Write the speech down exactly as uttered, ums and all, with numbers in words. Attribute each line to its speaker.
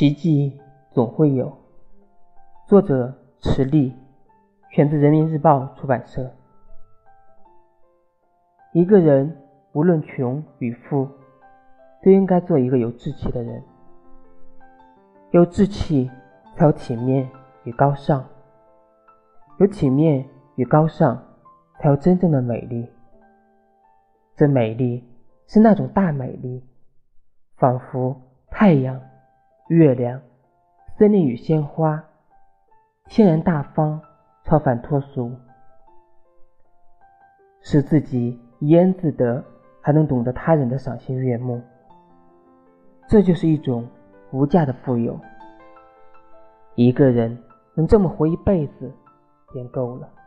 Speaker 1: 奇迹总会有。作者池莉，选自人民日报出版社。一个人无论穷与富，都应该做一个有志气的人。有志气才有体面与高尚，有体面与高尚才有真正的美丽。这美丽是那种大美丽，仿佛太阳、月亮、森林与鲜花，天然大方，超凡脱俗，使自己怡然自得，还能懂得他人的赏心悦目。这就是一种无价的富有。一个人能这么活一辈子便够了。